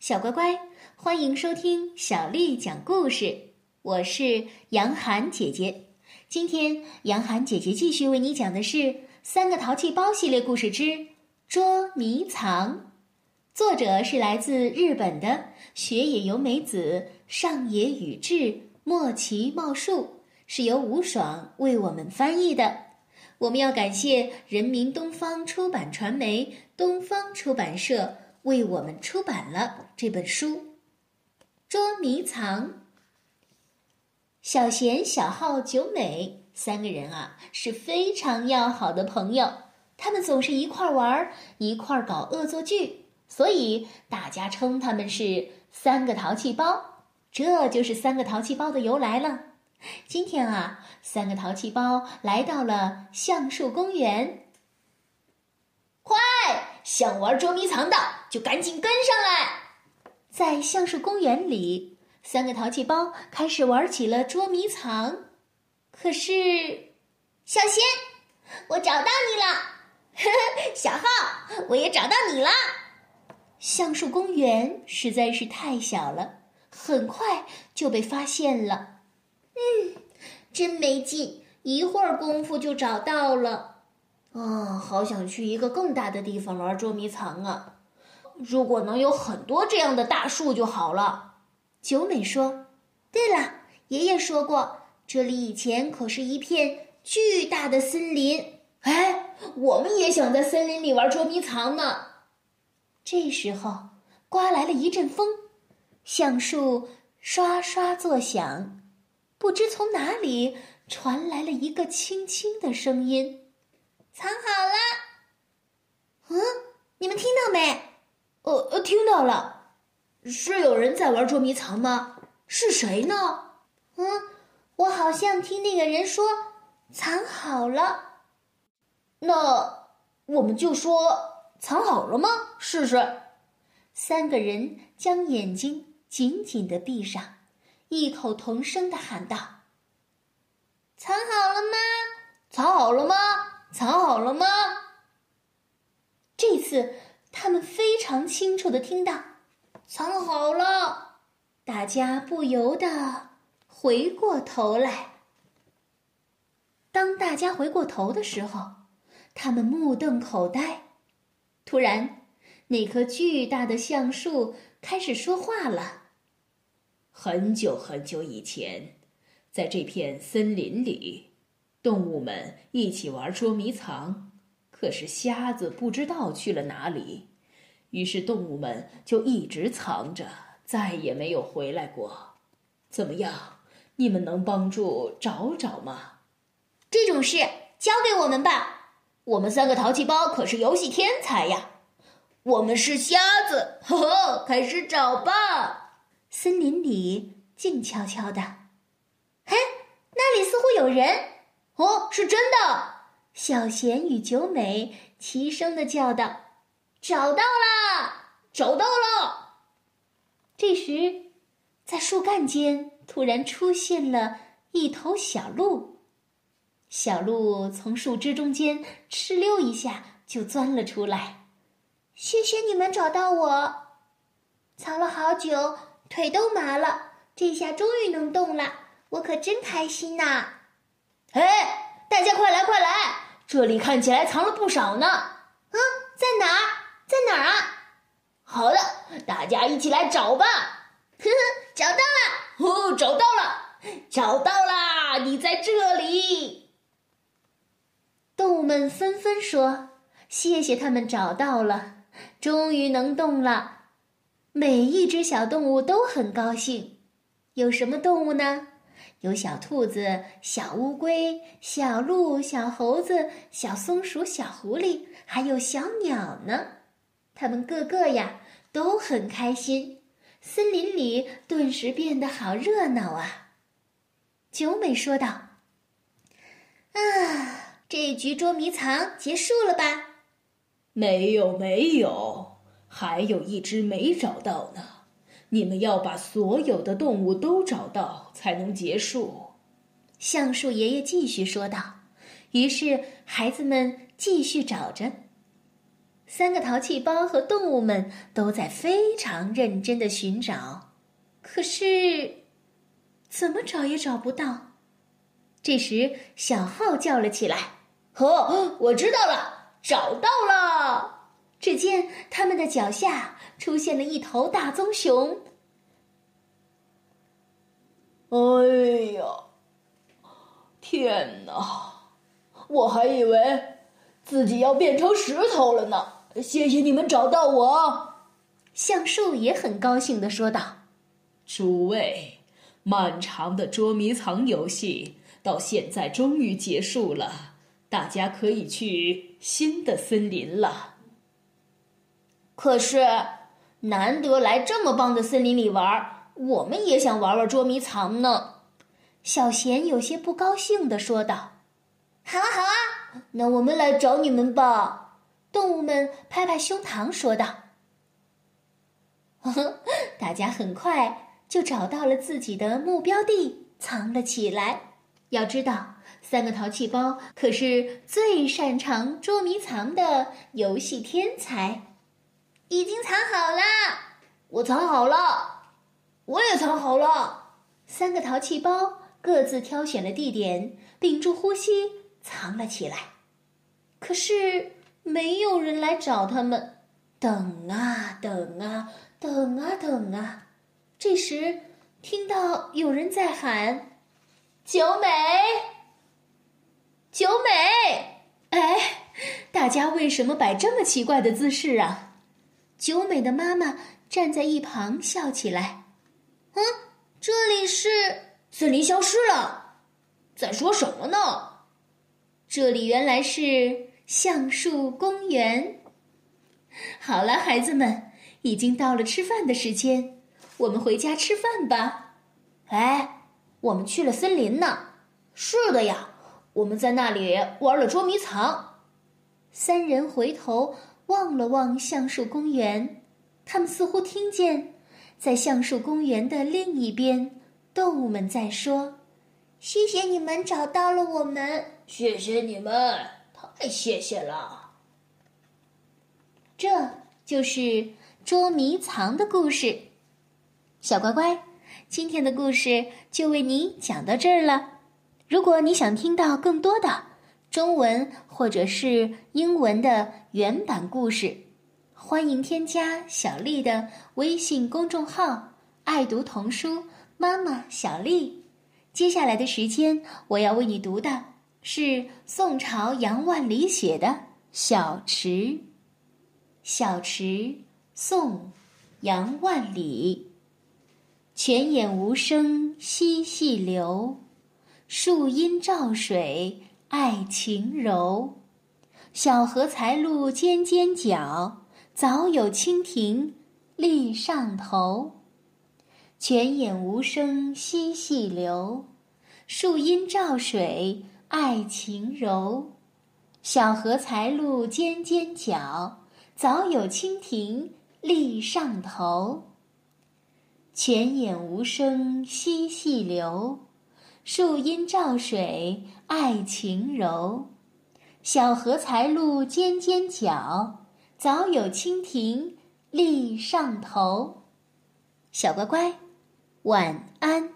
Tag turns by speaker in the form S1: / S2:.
S1: 小乖乖，欢迎收听小丽讲故事，我是杨涵姐姐。今天杨涵姐姐继续为你讲的是《三个淘气包》系列故事之捉迷藏，作者是来自日本的雪野由美子、上野宇治、莫奇茂树，是由吴爽为我们翻译的。我们要感谢人民东方出版传媒东方出版社为我们出版了这本书。捉迷藏。小贤、小浩、九美三个人是非常要好的朋友，他们总是一块玩，一块搞恶作剧，所以大家称他们是三个淘气包，这就是三个淘气包的由来了。今天三个淘气包来到了橡树公园。
S2: 快，想玩捉迷藏的就赶紧跟上来！
S1: 在橡树公园里，三个淘气包开始玩起了捉迷藏。可是，
S2: 小贤，我找到你了！呵呵，小浩，我也找到你了。
S1: 橡树公园实在是太小了，很快就被发现了。
S2: 真没劲，一会儿功夫就找到了。
S1: 好想去一个更大的地方玩捉迷藏啊！如果能有很多这样的大树就好了。九美说：“
S2: 对了，爷爷说过，这里以前可是一片巨大的森林。
S1: 我们也想在森林里玩捉迷藏呢。”这时候，刮来了一阵风，橡树刷刷作响。不知从哪里传来了一个轻轻的声音：“
S2: 藏好了。”你们听到没？
S1: 听到了。是有人在玩捉迷藏吗？是谁呢？
S2: 我好像听那个人说藏好了。
S1: 那我们就说藏好了吗？试试。三个人将眼睛紧紧地闭上，异口同声地喊道：“
S2: 藏好了吗？
S1: 藏好了吗？藏好了吗？”这次他们非常清楚地听到藏好了，大家不由得回过头来。当大家回过头的时候，他们目瞪口呆。突然，那棵巨大的橡树开始说话了。
S3: 很久很久以前，在这片森林里，动物们一起玩捉迷藏，可是瞎子不知道去了哪里，于是动物们就一直藏着，再也没有回来过。怎么样，你们能帮助找找吗？
S2: 这种事交给我们吧，
S1: 我们三个淘气包可是游戏天才呀！
S2: 我们是瞎子，开始找吧。
S1: 森林里静悄悄的。
S2: 那里似乎有人。
S1: 是真的！小贤与九美齐声地叫道：“
S2: 找到啦！
S1: 找到了！”这时，在树干间突然出现了一头小鹿。小鹿从树枝中间哧溜一下就钻了出来。
S2: 谢谢你们找到我，藏了好久，腿都麻了，这下终于能动了，我可真开心呐！
S1: 大家快来快来，这里看起来藏了不少呢。
S2: 在哪儿？在哪儿啊？
S1: 好了，大家一起来找吧。
S2: 找到了！
S1: 找到了！找到啦！你在这里！动物们纷纷说：“谢谢他们找到了，终于能动了。”每一只小动物都很高兴。有什么动物呢？有小兔子、小乌龟、小鹿、小猴子、小松鼠、小狐狸，还有小鸟呢。它们个个都很开心，森林里顿时变得好热闹啊。九美说道：“这一局捉迷藏结束了吧？”
S3: 没有，还有一只没找到呢。你们要把所有的动物都找到才能结束。
S1: 橡树爷爷继续说道。于是孩子们继续找着。 3个淘气包和动物们都在非常认真地寻找，可是怎么找也找不到。这时，小浩叫了起来：“
S3: 哦，我知道了，找到了！”
S1: 只见他们的脚下出现了一头大棕熊。
S3: 哎呀，天哪！我还以为自己要变成石头了呢。谢谢你们找到我。
S1: 橡树也很高兴地说道：“
S3: 诸位，漫长的捉迷藏游戏到现在终于结束了，大家可以去新的森林了。”
S1: 可是，难得来这么棒的森林里玩，我们也想玩玩捉迷藏呢。小贤有些不高兴地说道：“
S2: 好啊，好啊，
S1: 那我们来找你们吧。”动物们拍拍胸膛说道。大家很快就找到了自己的目标地，藏了起来。要知道，3个淘气包可是最擅长捉迷藏的游戏天才。
S2: 已经藏好了，
S1: 我藏好了，我也藏好了。3个淘气包各自挑选了地点，屏住呼吸藏了起来。可是没有人来找他们，等啊等啊等啊等啊。这时听到有人在喊：“九美，九美！”哎，大家为什么摆这么奇怪的姿势啊？九美的妈妈站在一旁笑起来：“
S2: 这里是……
S1: 森林消失了，在说什么呢？这里原来是橡树公园。”好了，孩子们，已经到了吃饭的时间，我们回家吃饭吧。哎，我们去了森林呢。是的呀，我们在那里玩了捉迷藏。3人回头望了望橡树公园，他们似乎听见，在橡树公园的另一边，动物们在说：“
S2: 谢谢你们找到了我们。”“
S3: 谢谢你们，太谢谢了。”
S1: 这就是捉迷藏的故事。小乖乖，今天的故事就为你讲到这儿了。如果你想听到更多的中文或者是英文的原版故事，欢迎添加小丽的微信公众号“爱读童书妈妈小丽”。接下来的时间，我要为你读的是宋朝杨万里写的《小池》。小池，宋，杨万里。泉眼无声惜细流，树阴照水爱晴柔。小荷才露尖尖角，早有蜻蜓立上头。泉眼无声惜细流，树阴照水爱晴柔。小荷才露尖尖角，早有蜻蜓立上头。泉眼无声惜细流，树阴照水爱晴柔。小荷才露尖尖角，早有蜻蜓立上头。小乖乖，晚安。